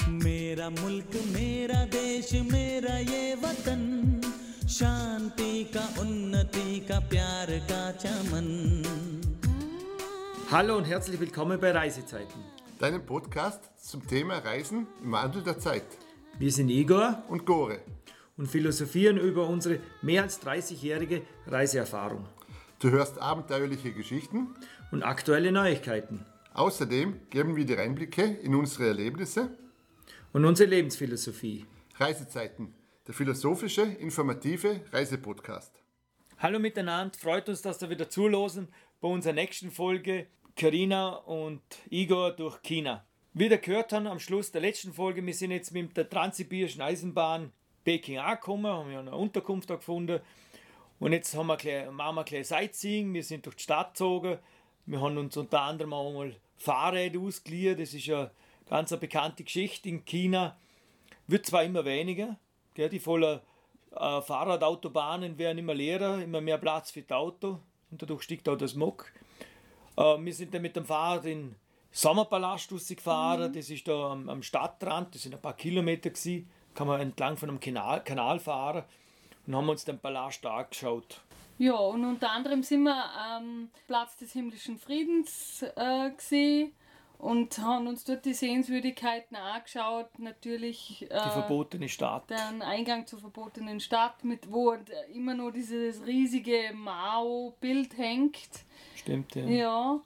मेरा मुल्क मेरा देश मेरा ये वतन शांति का उन्नति का प्यार का चमन. Hallo und herzlich willkommen bei Reisezeiten. Deinem Podcast zum Thema Reisen im Wandel der Zeit. Wir sind Igor Und Gore. und philosophieren über unsere mehr als 30-jährige Reiseerfahrung Du hörst abenteuerliche Geschichten. und aktuelle Neuigkeiten Außerdem geben wir dir Einblicke in unsere Erlebnisse. und unsere Lebensphilosophie. Reisezeiten, der philosophische, informative Reisepodcast. Hallo miteinander, freut uns, dass ihr wieder zuhören bei unserer nächsten Folge Carina und Igor durch China. Wie ihr gehört haben am Schluss der letzten Folge, wir sind jetzt mit der Transsibirischen Eisenbahn Peking angekommen, haben wir eine Unterkunft da gefunden und jetzt machen wir ein bisschen Sightseeing, wir sind durch die Stadt gezogen, wir haben uns unter anderem auch mal Fahrräder ausgeliehen, das ist ja ganz eine bekannte Geschichte in China, wird zwar immer weniger, gell, die vollen Fahrradautobahnen werden immer leerer, immer mehr Platz für das Auto und dadurch steigt auch der Smog. Wir sind dann mit dem Fahrrad in den Sommerpalast rausgefahren, das ist da am Stadtrand, das sind ein paar Kilometer gewesen, kann man entlang von einem Kanal fahren und haben uns den Palast angeschaut. Ja, und unter anderem sind wir am Platz des himmlischen Friedens gesehen und haben uns dort die Sehenswürdigkeiten angeschaut. Natürlich Die verbotene Stadt. den Eingang zur verbotenen Stadt, wo immer noch dieses riesige Mao-Bild hängt. Stimmt, ja. Ja,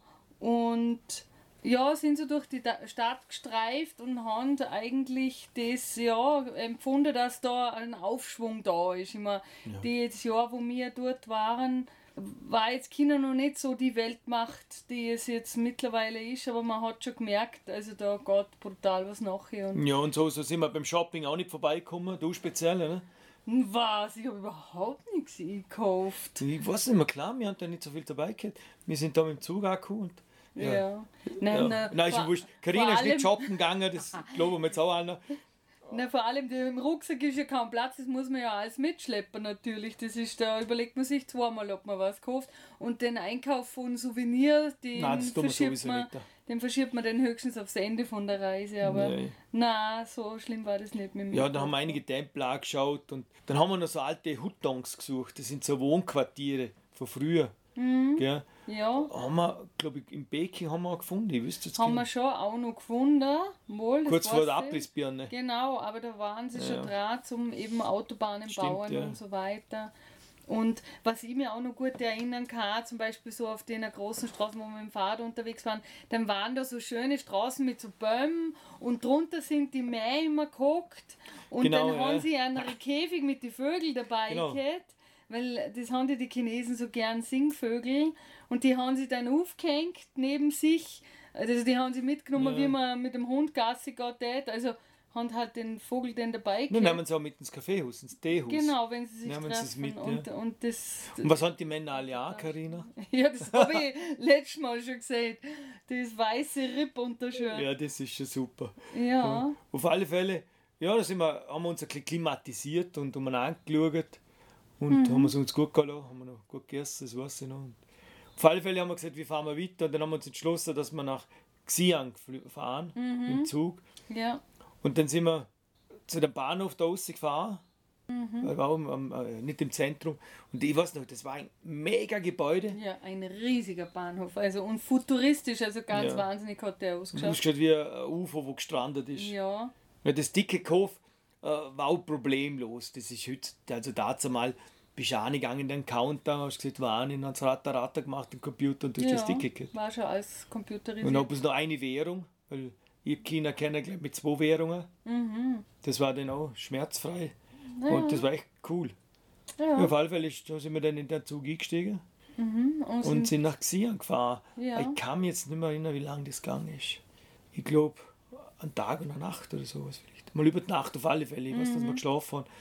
und ja, sind so durch die Stadt gestreift und haben eigentlich das empfunden, dass da ein Aufschwung da ist. Immer das Jahr, wo wir dort waren, war jetzt China noch nicht so die Weltmacht, die es jetzt mittlerweile ist, aber man hat schon gemerkt, also da geht brutal was nachher. Und Ja, und so sind wir beim Shopping auch nicht vorbeigekommen, du speziell, ne? was? Ich habe überhaupt nichts eingekauft. Ich weiß nicht mehr, klar, wir haben da nicht so viel dabei gehabt. Wir sind da mit dem Zug angekommen und Ja. Nein, ist ja wurscht. Carina ist nicht shoppen gegangen, das glauben wir jetzt auch alle. Vor allem im Rucksack ist ja kaum Platz, das muss man ja alles mitschleppen natürlich. Da überlegt man sich zweimal, ob man was kauft. Und den Einkauf von Souvenirs, Das tun wir sowieso nicht. den verschiebt man dann höchstens aufs Ende von der Reise. Aber nein, so schlimm war das nicht mit mir. Ja, da haben wir einige Tempel angeschaut und dann haben wir noch so alte Hutongs gesucht. Das sind so Wohnquartiere von früher. Gell? Ja, Haben wir, glaube ich, in Peking haben wir auch gefunden. Ich wüsste jetzt haben wir nicht. schon auch noch gefunden. Wohl, das Kurz vor weiß der ich. Abrissbirne. Genau, aber da waren sie schon dran, zum eben Autobahnen Stimmt, bauen ja. und so weiter. Und was ich mir auch noch gut erinnern kann, zum Beispiel so auf den großen Straßen, wo wir mit dem Fahrrad unterwegs waren, dann waren da so schöne Straßen mit so Bäumen und drunter sind die Mähe immer gehockt und Genau, dann haben ja. sie einen Käfig mit den Vögeln dabei Genau. gehabt, weil das haben die Chinesen so gern, Singvögel, und die haben sie dann aufgehängt neben sich, also die haben sie mitgenommen, wie man mit dem Hund Gassi geht, also haben halt den Vogel dann dabei Dann gehabt. nehmen sie auch mit ins Kaffeehaus, ins Teehaus. Genau, wenn sie sich Nehmen sie es treffen. mit, ja. Und das, Und was haben die Männer alle an, Carina? ja, das habe ich letztes Mal schon gesagt. Das weiße Ripp unter Shirt. Ja, das ist schon super. Ja. Auf alle Fälle, ja, da haben wir uns ein bisschen klimatisiert und haben angeschaut und haben es uns gut gelassen, haben wir noch gut gegessen, das weiß ich noch. Und auf alle Fälle haben wir gesagt, wie fahren wir weiter, und dann haben wir uns entschlossen, dass wir nach Xi'an fahren, im Zug. Ja. Und dann sind wir zu dem Bahnhof da rausgefahren, weil wir auch nicht im Zentrum. Und ich weiß noch, das war ein mega Gebäude. Ja, ein riesiger Bahnhof. Also und futuristisch, also ganz Ja. wahnsinnig hat der Du ausgeschaut. hast geschaut wie ein UFO, das gestrandet ist. Ja. Weil das dicke Kauf war auch problemlos. Das ist heute, also dazu mal, bist du angegangen in den Counter, hast gesagt, waren in ans Ratter gemacht, im Computer, und du hast das Ticket gekriegt. War schon alles computerisiert. Und dann hat es noch eine Währung, weil ich China kenne gleich mit 2 Währungen. Das war dann auch schmerzfrei. Und das war echt cool. Ja, auf alle Fälle sind wir dann in den Zug eingestiegen und sind nach Xi'an gefahren. Ja. Ich kann mich jetzt nicht mehr erinnern, wie lange das gegangen ist. Ich glaube, einen Tag und eine Nacht oder sowas vielleicht. Mal über die Nacht auf alle Fälle, ich weiß, dass wir geschlafen haben.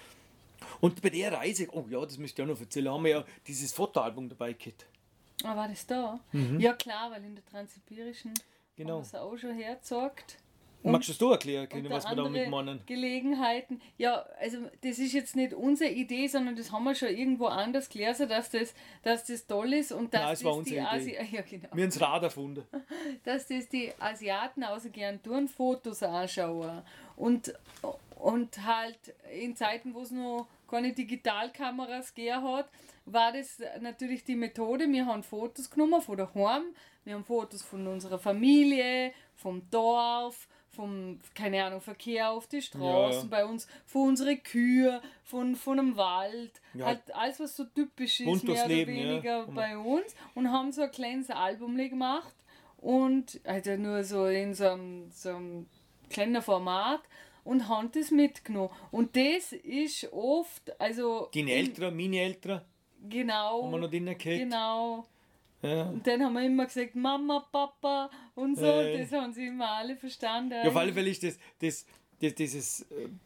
Und bei der Reise, oh ja, das müsste ich auch noch erzählen, haben wir ja dieses Fotoalbum dabei gehabt. Ah, war das da? Ja klar, weil in der Transsibirischen Genau. haben wir es auch schon hergezeigt. Magst du das erklären, Unter was wir damit andere meinen? Gelegenheiten. Ja, also das ist jetzt nicht unsere Idee, sondern das haben wir schon irgendwo anders gelesen, dass das toll ist und dass Nein, es war unsere Idee. Ja, genau. Wir haben das Rad erfunden. Dass das die Asiaten außer gern Turnfotos anschauen Und halt in Zeiten, wo es noch keine Digitalkameras gegeben hat, war das natürlich die Methode. Wir haben Fotos genommen von daheim, wir haben Fotos von unserer Familie, vom Dorf, vom, keine Ahnung, Verkehr auf die Straßen bei uns, von unseren Kühen, von einem Wald, halt alles, was so typisch ist, mehr oder weniger bei uns, und haben so ein kleines Album gemacht und also nur so in so einem kleinen Format und haben das mitgenommen. Und das ist oft, also... Deine Eltern, meine Eltern, genau, haben wir noch drinnen gehabt. genau. Ja. Und dann haben wir immer gesagt, Mama, Papa und so, das haben sie immer alle verstanden. Ja, auf alle Fälle ist dieses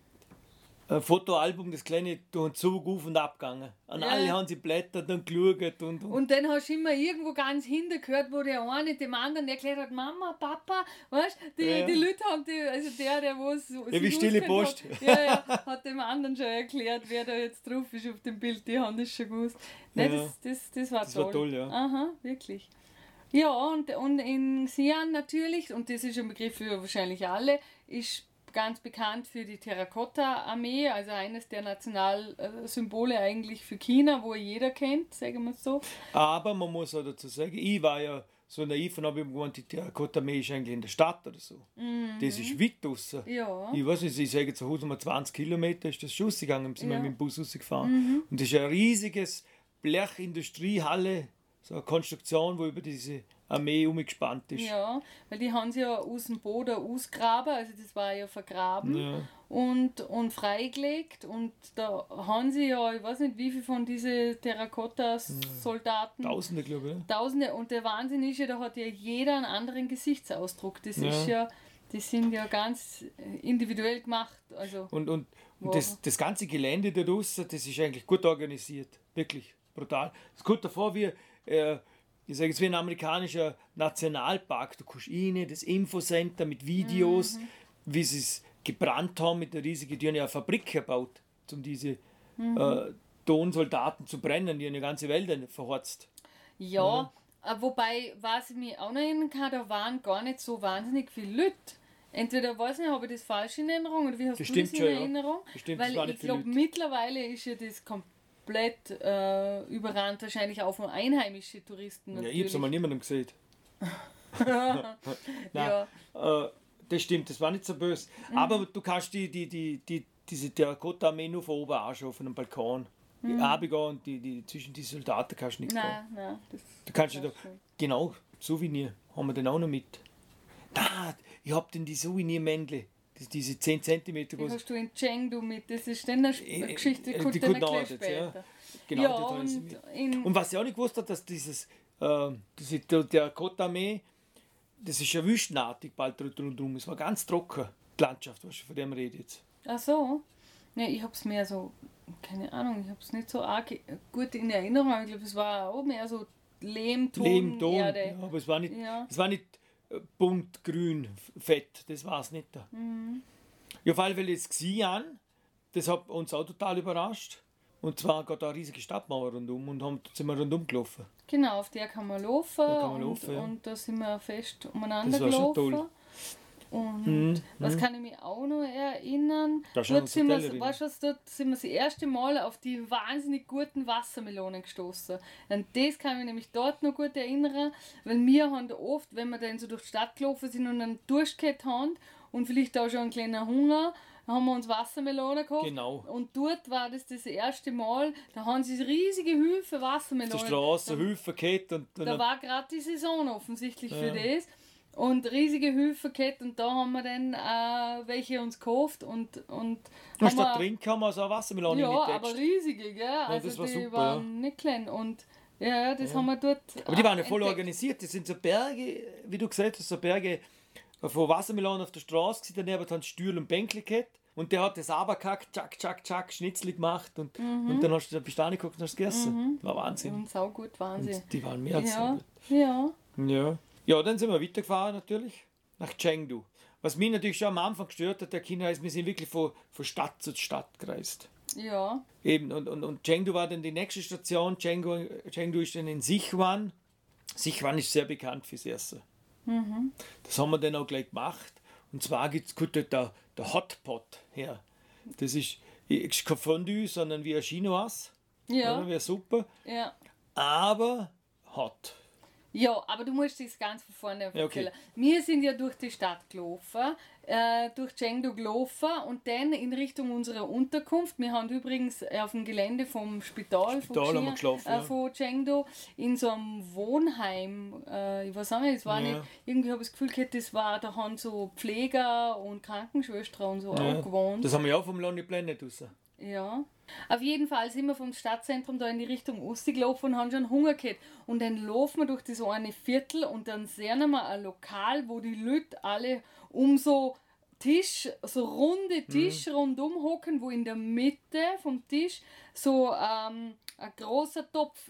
Fotoalbum, das kleine, durch den Zug auf und abgegangen. An alle haben sie blättert und geschaut. Und dann hast du immer irgendwo ganz hinten gehört, wo der eine dem anderen erklärt hat, Mama, Papa, weißt du, die Leute haben, also der wo es so... Ja, wie stille Post. Hat dem anderen schon erklärt, wer da jetzt drauf ist auf dem Bild, die haben das schon gewusst. Nein, das war toll. War toll, ja. Aha, wirklich. Ja, und in Xi'an natürlich, und das ist ein Begriff für wahrscheinlich alle, ist ganz bekannt für die Terrakotta-Armee, also eines der Nationalsymbole eigentlich für China, wo jeder kennt, sagen wir es so. Aber man muss auch dazu sagen, ich war ja so naiv und habe immer gemeint, die Terrakotta-Armee ist eigentlich in der Stadt oder so. Das ist weit draussen. Ja. Ich weiß nicht, ich sage zu Hause mal 20 Kilometer ist das schon rausgegangen, sind wir mit dem Bus rausgefahren. Und das ist ein riesiges Blechindustriehalle, so eine Konstruktion, wo über diese Armee umgespannt ist. Ja, weil die haben sie ja aus dem Boden ausgraben, also das war ja vergraben und freigelegt, und da haben sie ja, ich weiß nicht wie viele von diesen Terrakotta-Soldaten. Tausende, glaube ich. Tausende, und der Wahnsinn ist ja, da hat ja jeder einen anderen Gesichtsausdruck. Das ist ja, die sind ja ganz individuell gemacht. Also und das ganze Gelände da draussen, das ist eigentlich gut organisiert. Wirklich brutal. Es kommt davor wie, ich sage jetzt wie ein amerikanischer Nationalpark. Du kommst rein, das Infocenter mit Videos, wie sie es gebrannt haben mit der riesigen, die haben ja eine Fabrik gebaut, um diese Tonsoldaten zu brennen, die eine ganze Welt verhorzt. Ja, wobei, was ich mich auch noch erinnern kann, da waren gar nicht so wahnsinnig viele Leute. Entweder, weiß nicht, habe ich das falsch in Erinnerung, oder wie hast du das in Erinnerung? Bestimmt, weil ich glaube, mittlerweile ist ja das komplett überrannt, wahrscheinlich auch von einheimischen Touristen. Natürlich. Ja, ich habe es einmal niemandem gesehen. Ja. Das stimmt, das war nicht so böse. Aber du kannst diese Terrakotta-Armee nur von oben anschauen, von einem Balkon. Die runtergehen und die zwischen die Soldaten kannst du nicht gehen. Nein, Du kannst da, genau, Souvenir haben wir dann auch noch mit. Da, ich hab denn die Souvenirmännle, diese 10 cm groß. Die hast du in Chengdu mit, das ist dann eine Geschichte, die kommt dann ein bisschen später. Ja. Genau, und was ich auch nicht gewusst habe, dass diese Terrakotta-Armee, das ist ja wüstenartig bald rundherum. Es war ganz trocken, die Landschaft, was von dem rede jetzt. Ach so? Ja, ich habe es mehr so, keine Ahnung, ich habe es nicht so arg gut in Erinnerung, aber ich glaube, es war auch mehr so Lehm, Ton, Erde. Ja, aber es war nicht bunt, grün, fett, das war es nicht. Ja, auf alle Fälle das Xi'an, das hat uns auch total überrascht. Und zwar geht da eine riesige Stadtmauer rundum und sind wir rundum gelaufen. Genau, auf der kann man laufen, und da sind wir fest umeinander gelaufen. Schon toll. Und was kann ich mich auch noch erinnern? Dort sind wir das erste Mal auf die wahnsinnig guten Wassermelonen gestoßen. Und das kann ich mich nämlich dort noch gut erinnern, weil wir haben da oft, wenn wir dann so durch die Stadt gelaufen sind und einen Durst gehabt haben und vielleicht auch schon einen kleinen Hunger, haben wir uns Wassermelonen gekauft. Genau. Und dort war das erste Mal, da haben sie riesige Hüfe Wassermelonen. Auf der Straße Hüfe gehabt. Da war gerade die Saison offensichtlich für das. Und riesige Hüfe gehabt, und da haben wir dann welche uns gekauft und statt trinken haben wir so eine Wassermelone mitgetatscht. Ja, aber riesige, gell? Also das war die super, waren nicht klein. Und das haben wir dort. Aber die waren ja voll organisiert. Das sind so Berge, wie du gesagt hast, so Berge von Wassermelonen auf der Straße. Daneben haben Stühle und Bänkle gehabt. Und der hat das abgehackt, tschack, Schnitzel gemacht. Und dann hast du da geguckt und hast gegessen. Das war Wahnsinn. Und saugut Wahnsinn. Und die waren mehr als ja. Ja, dann sind wir weitergefahren natürlich, nach Chengdu. Was mich natürlich schon am Anfang gestört hat, der China, ist, wir sind wirklich von Stadt zu Stadt gereist. Ja. Eben, und Chengdu war dann die nächste Station. Chengdu ist dann in Sichuan. Sichuan ist sehr bekannt fürs Essen. Das haben wir dann auch gleich gemacht. Und zwar kommt dort der Hotpot her. Das ist kein Fondue, sondern wie ein Chinoise, Ja. oder? Wie eine Suppe, Ja. aber hot. Ja, aber du musst das ganz von vorne Ja, okay. erzählen. Wir sind ja durch die Stadt gelaufen, durch Chengdu gelaufen und dann in Richtung unserer Unterkunft. Wir haben übrigens auf dem Gelände vom Spital Haben wir geschlafen, ja. von Chengdu in so einem Wohnheim. Ich weiß auch nicht, es war Ja. nicht, irgendwie habe ich das Gefühl gehabt, da haben so Pfleger und Krankenschwestern und so Ja. auch gewohnt. Das haben wir ja auch vom Lonely Planet raus. Ja. Auf jeden Fall sind wir vom Stadtzentrum da in die Richtung Osti gelaufen und haben schon Hunger gehabt. Und dann laufen wir durch das eine Viertel und dann sehen wir ein Lokal, wo die Leute alle um so Tisch, so runde Tisch rundum hocken, wo in der Mitte vom Tisch so ein großer Topf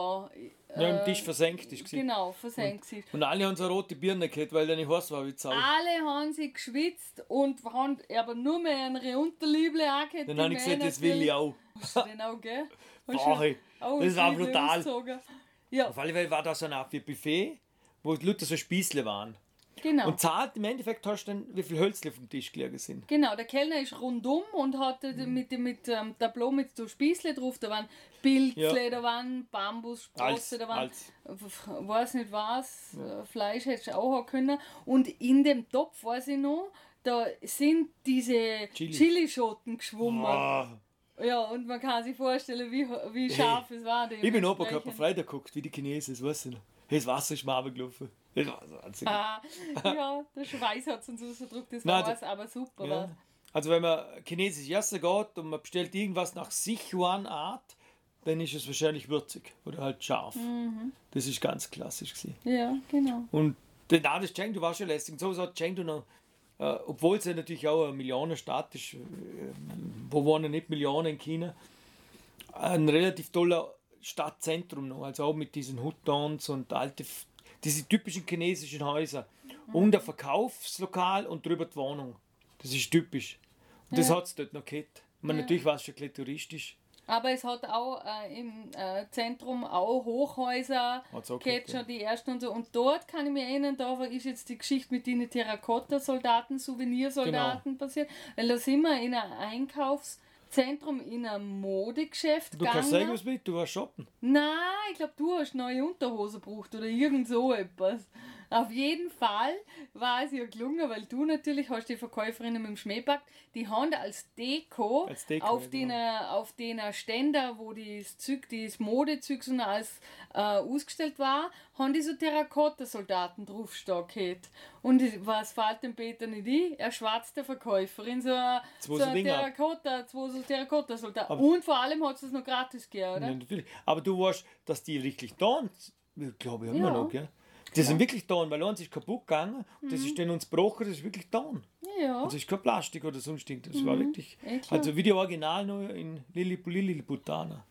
Ja, im Tisch versenkt ist. Genau, versenkt ist. Und alle haben so eine rote Birne gehabt, weil der nicht heiß war wie Sau. Alle haben sich geschwitzt und haben aber nur mehr eine Unterliebe angehört. Dann habe ich gesagt, das will ich auch. Hast du den auch, gell? Hast Brauch du ich. auch Das war ein Liebling brutal. ausgezogen? Ja, Auf alle Fälle war da so eine Art wie Buffet, wo Luther so Spießle waren. genau. Und zahlt im Endeffekt hast du dann, wie viele Hölzle auf dem Tisch gelegen sind. Genau, der Kellner ist rundum und hat mit Tableau mit so Spießle drauf, da waren Pilzle, Ja. da waren Bambussprosse, da waren, weiß nicht was, Fleisch hättest du auch haben können. Und in dem Topf, weiß ich noch, da sind diese Chilischoten geschwommen. Ah, Ja, und man kann sich vorstellen, wie scharf es war. ich bin oberkörperfrei da geguckt, wie die Chinesen, das weiß ich noch. Hey, das Wasser ist mir runtergelaufen. Das war so Wahnsinn. Ja, der Schweiß hat uns ausgedrückt, das Nein, war es, aber super war. Ja. Also wenn man chinesisch essen geht und man bestellt irgendwas nach Sichuan-Art, dann ist es wahrscheinlich würzig oder halt scharf. Das ist ganz klassisch gewesen. Ja, genau. Und das Chengdu war schon lästig. So hat Chengdu noch, obwohl es ja natürlich auch eine Millionenstadt ist, wo wohnen nicht Millionen in China, ein relativ toller Stadtzentrum noch, also auch mit diesen Hutons und diese typischen chinesischen Häuser. Und ein Verkaufslokal und drüber die Wohnung. Das ist typisch. Und das hat es dort noch gehabt. Natürlich war es schon ein bisschen touristisch. Aber es hat auch im Zentrum auch Hochhäuser, Hat's auch gehabt, gehabt, ja. schon die ersten und so. Und dort kann ich mich erinnern, da ist jetzt die Geschichte mit den Terrakotta-Soldaten, Souvenirsoldaten passiert. Weil da sind wir in einem Einkaufszentrum, in einem Modegeschäft Du kannst sagen, gegangen. was mit, du warst shoppen. Nein, ich glaube, du hast neue Unterhosen gebraucht oder irgend so etwas. Auf jeden Fall war es ja gelungen, weil du natürlich hast die Verkäuferinnen mit dem Schmähpack, die haben da als Deko, Als Deko, auf, ja, auf den Ständer, wo das Modezeugs und alles ausgestellt war, haben die so Terrakotta-Soldaten draufstehen gehabt. Und was fällt dem Peter nicht ein? Er schwarzte Verkäuferin, zwei so Terrakotta-Soldaten. Und vor allem hat es das noch gratis gegeben, oder? Ja, natürlich. Aber du weißt, dass die wirklich da sind. Glaube ich immer Ja. noch, gell? Die sind wirklich da, weil uns ist kaputt gegangen. Das ist dann uns gebrochen, das ist wirklich da. Ja. Also ist kein Plastik oder sonst irgendwas. Das war wirklich. Ja, klar. Also wie die Original nur in Lilliputana.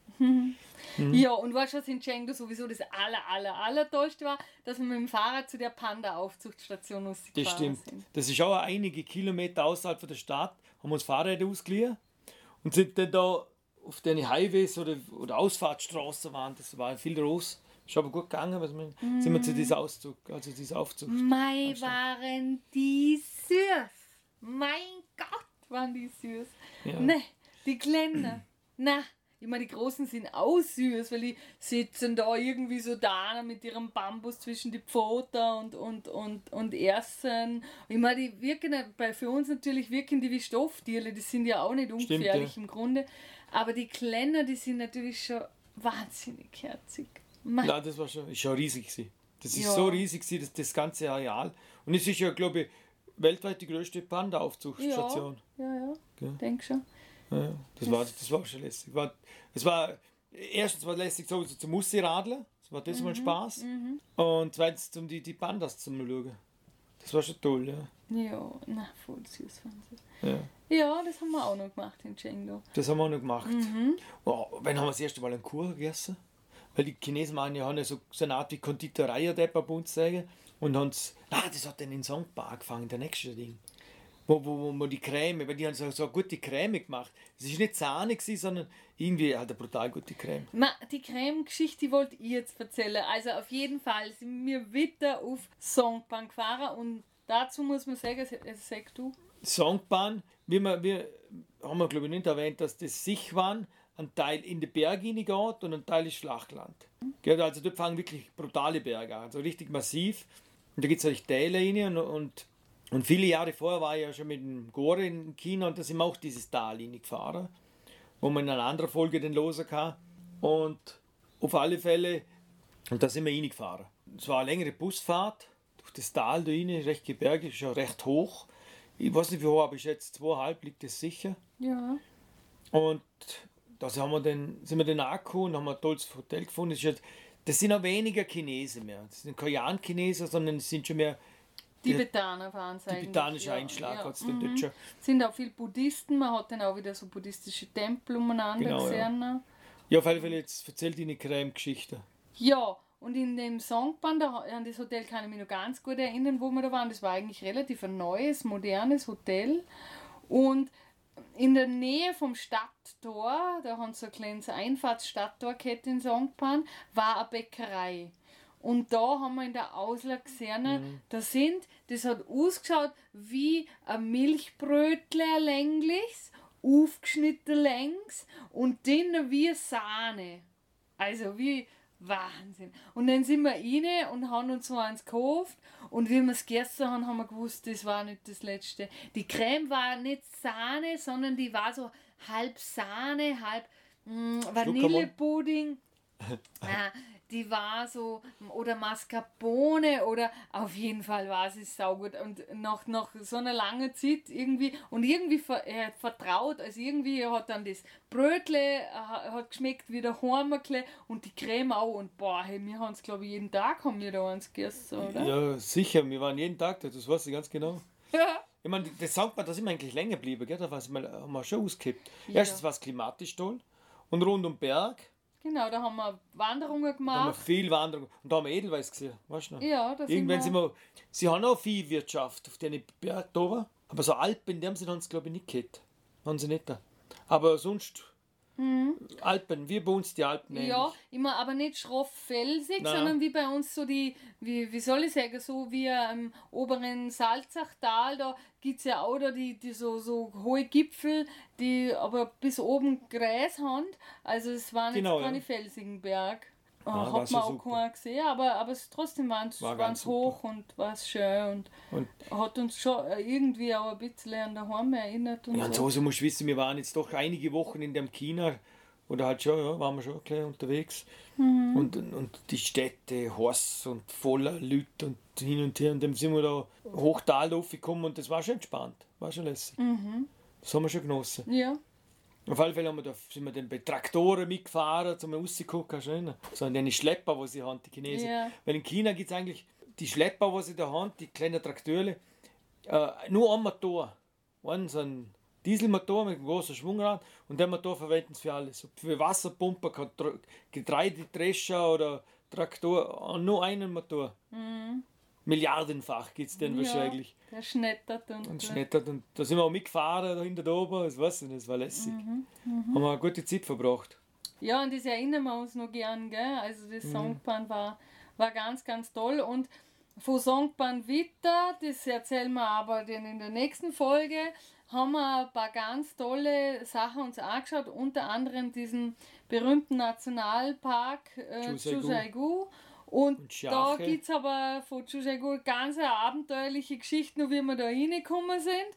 Ja, und weißt du, was in Chengdu sowieso das allertollste war? Dass wir mit dem Fahrrad zu der Panda-Aufzuchtstation Das gefahren stimmt. sind. Das ist auch einige Kilometer außerhalb von der Stadt. Haben uns Fahrräder ausgeliehen und sind dann da auf den Highways oder Ausfahrtsstraßen waren. Das war viel los. Ist aber gut gegangen, sind wir zu diesem Aufzug. Mei, waren die süß. Mein Gott, waren die süß. Ja. Ne, die Kleinen. Na, ich meine, die Großen sind auch süß, weil die sitzen da irgendwie so da mit ihrem Bambus zwischen die Pfoten und essen. Ich meine, die wirken, für uns natürlich wirken die wie Stofftiere, die sind ja auch nicht ungefährlich Stimmt, ja. im Grunde. Aber die Kleinen, die sind natürlich schon wahnsinnig herzig. Mei. Nein, das war ist schon riesig gewesen. Das ist Ja. so riesig gewesen, das ganze Areal. Und es ist ja, glaube ich, weltweit die größte Panda-Aufzuchtstation. Ja, Gell? denk schon. Ja, das war schon lässig. Erstens war es lässig so zum Mussi-Radeln. Das war das mal Spaß. Und zweitens zum die Pandas zum Schauen. Das war schon toll, ja. Ja, na, voll süß waren sie. Ja. Ja, das haben wir auch noch gemacht in Chengdu. Das haben wir auch noch gemacht. Oh, wann haben wir das erste Mal einen Kuchen gegessen? Weil die Chinesen haben ja so eine Art wie Konditorei, der bei uns sagen. Und haben das hat dann in Songpa angefangen, der nächste Ding. Wo die Creme, weil die haben so eine gute Creme gemacht. Es war nicht sahnig, sondern irgendwie halt eine brutal gute Creme. Die Creme-Geschichte wollte ich jetzt erzählen. Also auf jeden Fall sind wir wieder auf Songpan gefahren und dazu muss man sagen, sag du. Sanktbahn, wir haben wir glaube ich nicht erwähnt, dass das Sichwan ein Teil in die Berge hineingeht und ein Teil ist Flachland. Gell, also dort fangen wirklich brutale Berge an, also richtig massiv. Und da gibt es halt Täler rein und viele Jahre vorher war ich ja schon mit dem Gore in China und da sind wir auch dieses Tal hineingefahren, wo man in einer anderen Folge den losen kann. Und auf alle Fälle, und da sind wir reingefahren. Es war eine längere Busfahrt durch das Tal da rein, recht gebirgig, ist ja recht hoch. Ich weiß nicht wie hoch, aber ich schätze 2,5 liegt das sicher. Ja. Und da sind wir dann angekommen und haben ein tolles Hotel gefunden. Das sind auch weniger Chinesen mehr. Das sind keine Jan-Chinesen, sondern es sind schon mehr Tibetaner waren es eigentlich. tibetanischer Einschlag hat es dann dort schon. Es sind auch viele Buddhisten, man hat dann auch wieder so buddhistische Tempel umeinander Genau, gesehen. Ja, auf alle Fälle, jetzt erzählt Ihnen Creme-Geschichte. Ja, und in dem Sanktbahn, an das Hotel kann ich mich noch ganz gut erinnern, wo wir da waren. Das war eigentlich relativ ein neues, modernes Hotel. Und in der Nähe vom Stadttor, da haben sie so ein kleines Einfahrtsstadttor gehabt in Sanktbahn, war eine Bäckerei. Und da haben wir in der Auslage gesehen, das hat ausgeschaut wie ein Milchbrötle längliches, aufgeschnitten längs und dann wie Sahne. Also wie Wahnsinn. Und dann sind wir rein und haben uns so eins gekauft und wie wir es gegessen haben, haben wir gewusst, das war nicht das Letzte. Die Creme war nicht Sahne, sondern die war so halb Sahne, halb Vanillepudding. Die war so, oder Mascarpone, oder auf jeden Fall war sie saugut. Und nach so einer langen Zeit irgendwie, und irgendwie vertraut, also irgendwie hat dann das Brötle hat geschmeckt wie der Hormerkle und die Creme auch. Und boah, hey, wir haben es glaube ich jeden Tag haben wir da eins gegessen, oder? Ja, sicher, wir waren jeden Tag da, das weiß ich ganz genau. Ja. Ich meine, das sagt man, da sind wir eigentlich länger geblieben, gell? Da haben wir schon ausgekippt. Ja. Erstens war es klimatisch toll und rund um den Berg. Genau, da haben wir Wanderungen Da haben wir gemacht. viel Wanderung. Und da haben wir Edelweiß gesehen, weißt du noch? Ja, da Irgendwann sind sind wir. Sie haben auch Viehwirtschaft auf den Berg da oben. Aber so Alpen in dem Sinne haben sie, glaube ich, nicht gehabt. Haben sie nicht da. Aber sonst. Alpen, wie bei uns die Alpen. Ja, eigentlich. immer aber nicht schroff felsig, Nein. sondern wie bei uns so wie soll ich sagen, so wie im oberen Salzachtal, da gibt es ja auch da die so hohe Gipfel, die aber bis oben Gräs haben. Also es waren Genau, jetzt keine ja. felsigen Berg. war Hat schon man auch super. keinen gesehen, aber trotzdem waren War ganz es hoch und war es schön und hat uns schon irgendwie auch ein bisschen an daheim erinnert. Und Ja, und so musst du wissen, wir waren jetzt doch einige Wochen in dem China. Oder halt schon, ja, waren wir schon gleich unterwegs. Und die Städte, heiß und voller Leute und hin und her. Und dann sind wir da hochtal raufgekommen und das war schon entspannt. War schon lässig. Das haben wir schon genossen. Ja. Auf alle Fälle sind wir dann bei Traktoren mitgefahren, zum rauszugucken, kannst du dich erinnern? So an die Schlepper, die sie haben, die Chinesen. Ja. Weil in China gibt es eigentlich die Schlepper, die sie da haben, die kleinen Trakteure, nur ein Motor. Einen so ein Dieselmotor mit einem großen Schwungrad und den Motor verwenden sie für alles. Ob für Wasserpumper, Getreidedrescher oder Traktor, nur einen Motor. Milliardenfach gibt es den wahrscheinlich. Der schnettert Und schnettert. Und da sind wir auch mitgefahren, da hinter oben, das weiß ich nicht, das war lässig. Haben wir eine gute Zeit verbracht. Ja, und das erinnern wir uns noch gern, gell? Also das Sanktbahn war ganz, ganz toll. Und von Sanktbahn weiter, das erzählen wir aber dann in der nächsten Folge, haben wir ein paar ganz tolle Sachen uns angeschaut, unter anderem diesen berühmten Nationalpark Chusaegu. Und da Xiache. gibt es aber von Chusaegu ganz eine abenteuerliche Geschichte, noch wie wir da hingekommen sind.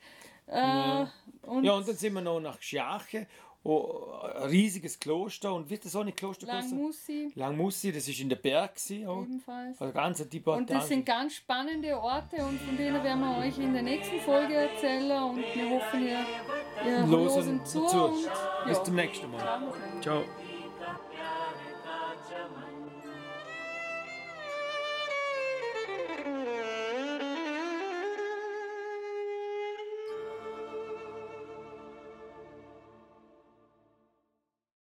Und Ja, und dann sind wir noch nach Xiache, ein riesiges Kloster. Und wird das auch nicht Kloster geheißen? Langmussi Langmussi, das ist in der Berg auch. ebenfalls. Also ganz ein Und das sind ganz spannende Orte und von denen werden wir euch in der nächsten Folge erzählen und wir hoffen, ihr Losen losen zu. zu. Und, Bis zum nächsten Mal. Ciao. Ciao.